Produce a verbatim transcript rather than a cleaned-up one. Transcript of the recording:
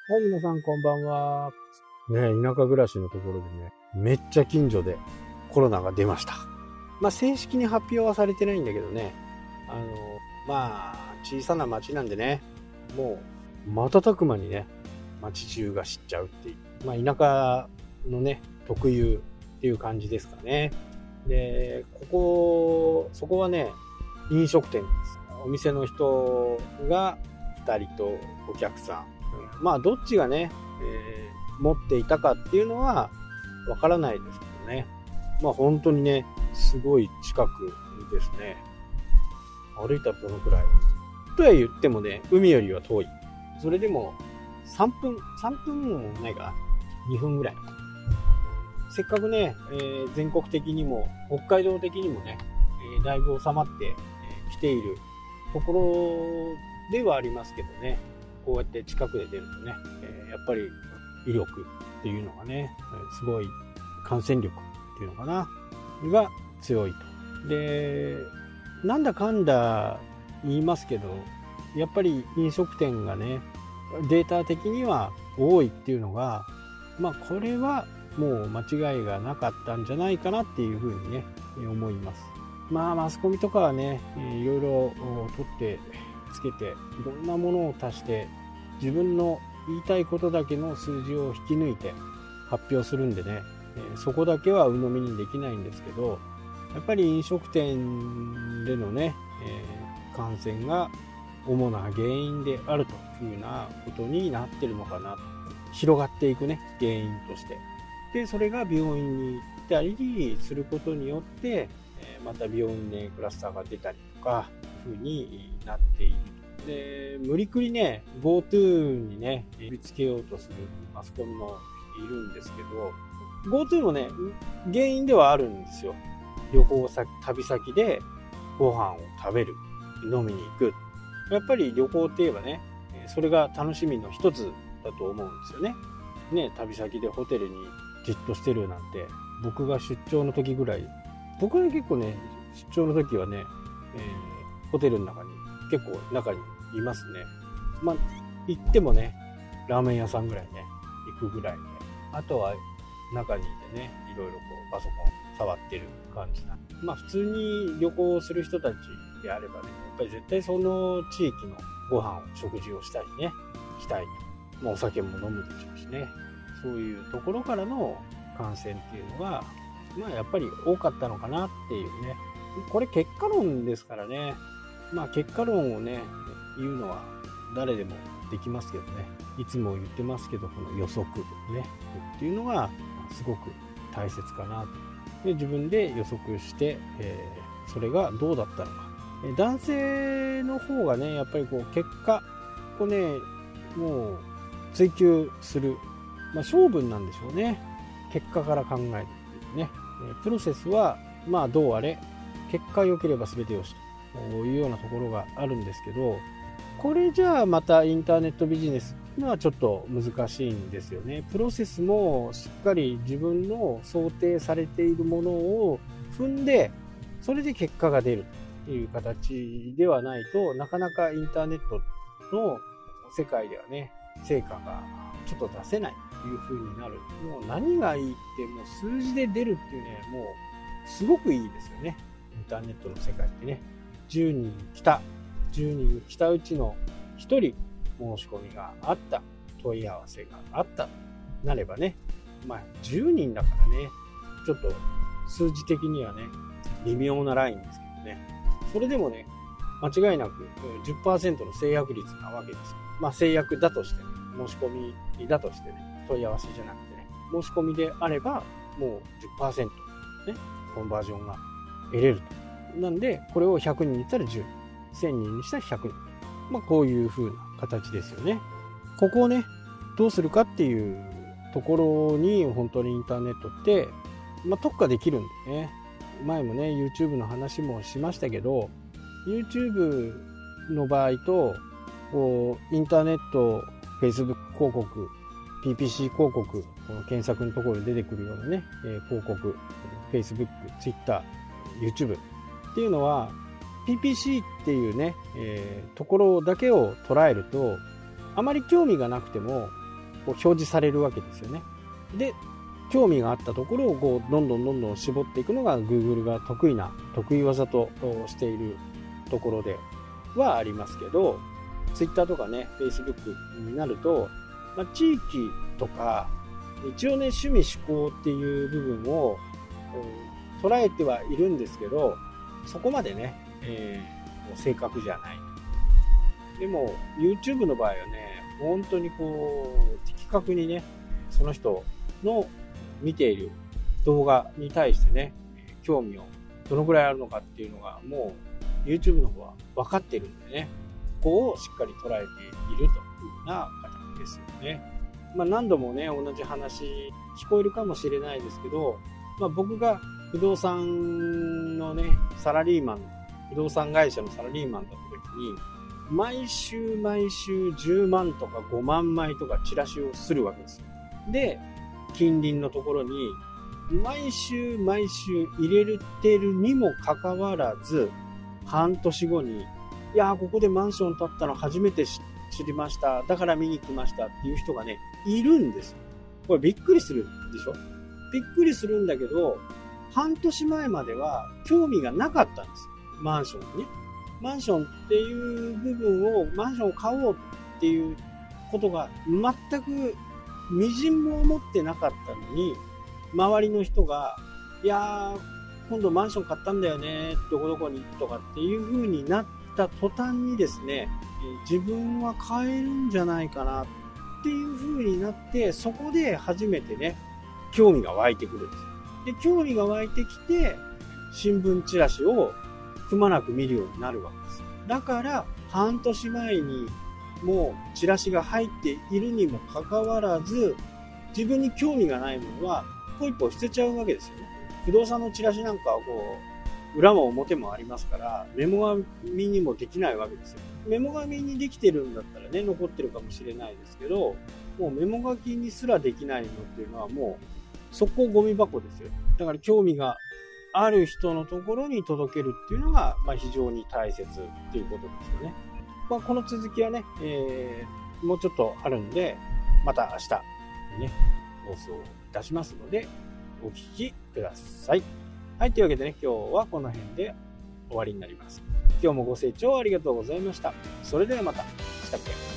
はい、皆さんこんばんは。ね、田舎暮らしのところでね、めっちゃ近所でコロナが出ました。まあ、正式に発表はされてないんだけどね、あの、まあ、小さな町なんでね、もう、瞬く間にね、町中が知っちゃうっていう、まあ、田舎のね、特有っていう感じですかね。で、ここ、そこはね、飲食店です。お店の人がふたりとお客さん。まあどっちがね、えー、持っていたかっていうのはわからないですけどね。まあ本当にね、すごい近くですね。歩いたらどのくらいとは言ってもね、海よりは遠い。それでもさんぷん、さんぷんもないかな。にふんぐらい。せっかくね、えー、全国的にも北海道的にもね、えー、だいぶ収まってき、えー、ているところではありますけどね。こうやって近くで出るとね、えー、やっぱり威力っていうのがね、すごい感染力っていうのかなが強いと。で、なんだかんだ言いますけど、やっぱり飲食店がね、データ的には多いっていうのが、まあこれはもう間違いがなかったんじゃないかなっていうふうにね、思います。まあマスコミとかはね、いろいろ取ってつけていろんなものを足して自分の言いたいことだけの数字を引き抜いて発表するんでね、そこだけは鵜呑みにできないんですけど、やっぱり飲食店でのね、えー、感染が主な原因であるというふうなことになってるのかなと。広がっていくね、原因として。で、それが病院に行ったりすることによって、また病院でクラスターが出たりとか、いうふうになっている。で、無理くりね、GoTo にね、呼びつけようとするマスコミもいるんですけど、GoTo もね、原因ではあるんですよ。旅行先、旅先でご飯を食べる、飲みに行く。やっぱり旅行って言えばね、それが楽しみの一つだと思うんですよね。ね、旅先でホテルにじっとしてるなんて、僕が出張の時ぐらい、僕は結構ね、出張の時はね、えー、ホテルの中に結構中にいますね。まあ、行ってもね、ラーメン屋さんぐらいね、行くぐらいで、あとは中にいてね、いろいろこうパソコン触ってる感じな。まあ普通に旅行する人たちであればね、やっぱり絶対その地域のご飯を、食事をしたりね、したい。まあお酒も飲むでしょうしね。そういうところからの感染っていうのが、まあやっぱり多かったのかなっていうね。これ結果論ですからね。まあ結果論をね、言うのは誰でもできますけどね。いつも言ってますけど、この予測ね、っていうのがすごく大切かなと。で、自分で予測して、えー、それがどうだったのか。男性の方がね、やっぱりこう結果をね、もう追求する、まあ、性分なんでしょうね。結果から考えるね。プロセスはまあどうあれ、結果良ければ全てよしというようなところがあるんですけど、これじゃあまたインターネットビジネスっていうのはちょっと難しいんですよね。プロセスもしっかり自分の想定されているものを踏んで、それで結果が出るという形ではないとなかなかインターネットの世界ではね、成果がちょっと出せないという風になる。もう何がいいってもう数字で出るっていうね、もうすごくいいですよね。インターネットの世界ってね、じゅうにん来た。じゅうにん来たうちのひとり申し込みがあった、問い合わせがあったなればね、まあじゅうにんだからね、ちょっと数字的にはね、微妙なラインですけどね、それでもね、間違いなく じゅっパーセント の制約率なわけです。まあ制約だとしてね、申し込みだとしてね、問い合わせじゃなくてね、申し込みであればもう じゅっパーセント ね、コンバージョンが得れると。なんで、これをひゃくにんにしたらじゅうにん。せんにんにしたらひゃくにん。まあこういう風な形ですよね。ここをね、どうするかっていうところに本当にインターネットって、まあ、特化できるんでね。前もね、YouTube の話もしましたけど、YouTube の場合と、こう、インターネット、Facebook 広告、ピーピーシー 広告、この検索のところに出てくるようなね、えー、広告、Facebook、Twitter、YouTube っていうのは、ピーピーシー っていうね、えー、ところだけを捉えると、あまり興味がなくても、 こう表示されるわけですよね。で、興味があったところをこうどんどんどんどん絞っていくのが Google が得意な得意技としているところではありますけど、Twitter とかね Facebook になると、まあ、地域とか一応ね趣味嗜好っていう部分を、うん、捉えてはいるんですけど、そこまでね、えー、正確じゃない。でも YouTube の場合はね、本当にこう的確にね、その人の見ている動画に対してね、興味をどのくらいあるのかっていうのがもう YouTube の方は分かってるんでね、ここをしっかり捉えているというような形ですよね。まあ何度もね、同じ話聞こえるかもしれないですけど、まあ僕が不動産のね、サラリーマン、不動産会社のサラリーマンだった時に、毎週毎週じゅうまんとかごまんまいとかチラシをするわけですよ。で、近隣のところに毎週毎週入れてるにもかかわらず、半年後に、いやーここでマンション建ったの初めて知りました、だから見に来ましたっていう人がね、いるんですよ。これびっくりするでしょ。びっくりするんだけど、半年前までは興味がなかったんですよ、マンションにね。マンションっていう部分を、マンションを買おうっていうことが全くみじんも思ってなかったのに、周りの人が、いやー今度マンション買ったんだよね、どこどこにとかっていう風になった途端にですね、自分は買えるんじゃないかなっていう風になって、そこで初めてね、興味が湧いてくるんです。で、興味が湧いてきて、新聞チラシをくまなく見るようになるわけです。だから半年前にもうチラシが入っているにもかかわらず、自分に興味がないものはポイポイ捨てちゃうわけですよね。不動産のチラシなんかはこう裏も表もありますから、メモ紙にもできないわけですよ。メモ紙にできてるんだったらね、残ってるかもしれないですけど、もうメモ書きにすらできないのっていうのはもうそこゴミ箱ですよ。だから興味がある人のところに届けるっていうのが、まあ、非常に大切っていうことですよね。まあ、この続きはね、えー、もうちょっとあるんで、また明日にね、放送いたしますので、お聞きください。はい、というわけでね、今日はこの辺で終わりになります。今日もご清聴ありがとうございました。それではまた。したっけ